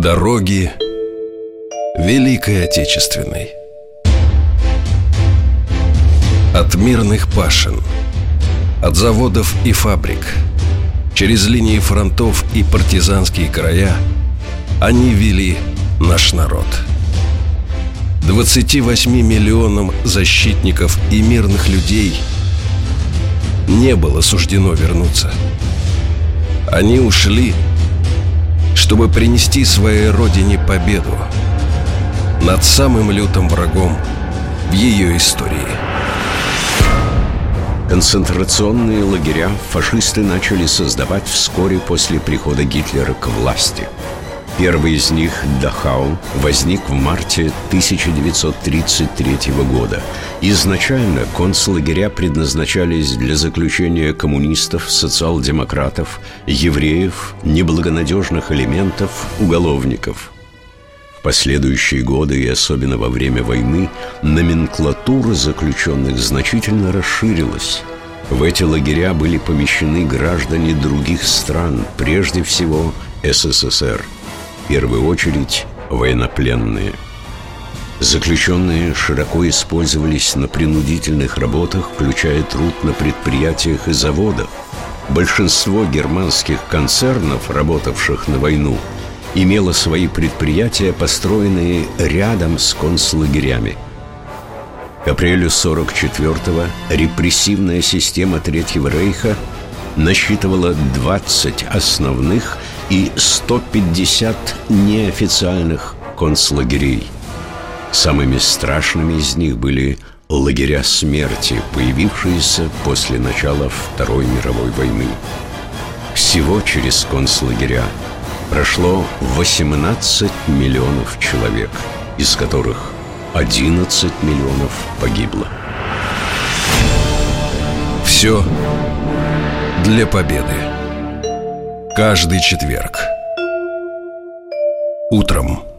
Дороги Великой Отечественной. От мирных пашен, от заводов и фабрик, через линии фронтов и партизанские края они вели наш народ. 28 миллионам защитников и мирных людей не было суждено вернуться. Они ушли, чтобы принести своей родине победу над самым лютым врагом в ее истории. Концентрационные лагеря фашисты начали создавать вскоре после прихода Гитлера к власти. Первый из них, Дахау, возник в марте 1933 года. Изначально концлагеря предназначались для заключения коммунистов, социал-демократов, евреев, неблагонадежных элементов, уголовников. В последующие годы и особенно во время войны номенклатура заключенных значительно расширилась. В эти лагеря были помещены граждане других стран, прежде всего СССР. В первую очередь военнопленные. Заключенные широко использовались на принудительных работах, включая труд на предприятиях и заводах. Большинство германских концернов, работавших на войну, имело свои предприятия, построенные рядом с концлагерями. К апрелю 1944-го репрессивная система Третьего Рейха насчитывала 20 основных и 150 неофициальных концлагерей. Самыми страшными из них были лагеря смерти, появившиеся после начала Второй мировой войны. Всего через концлагеря прошло 18 миллионов человек, из которых 11 миллионов погибло. Все для победы. Каждый четверг утром.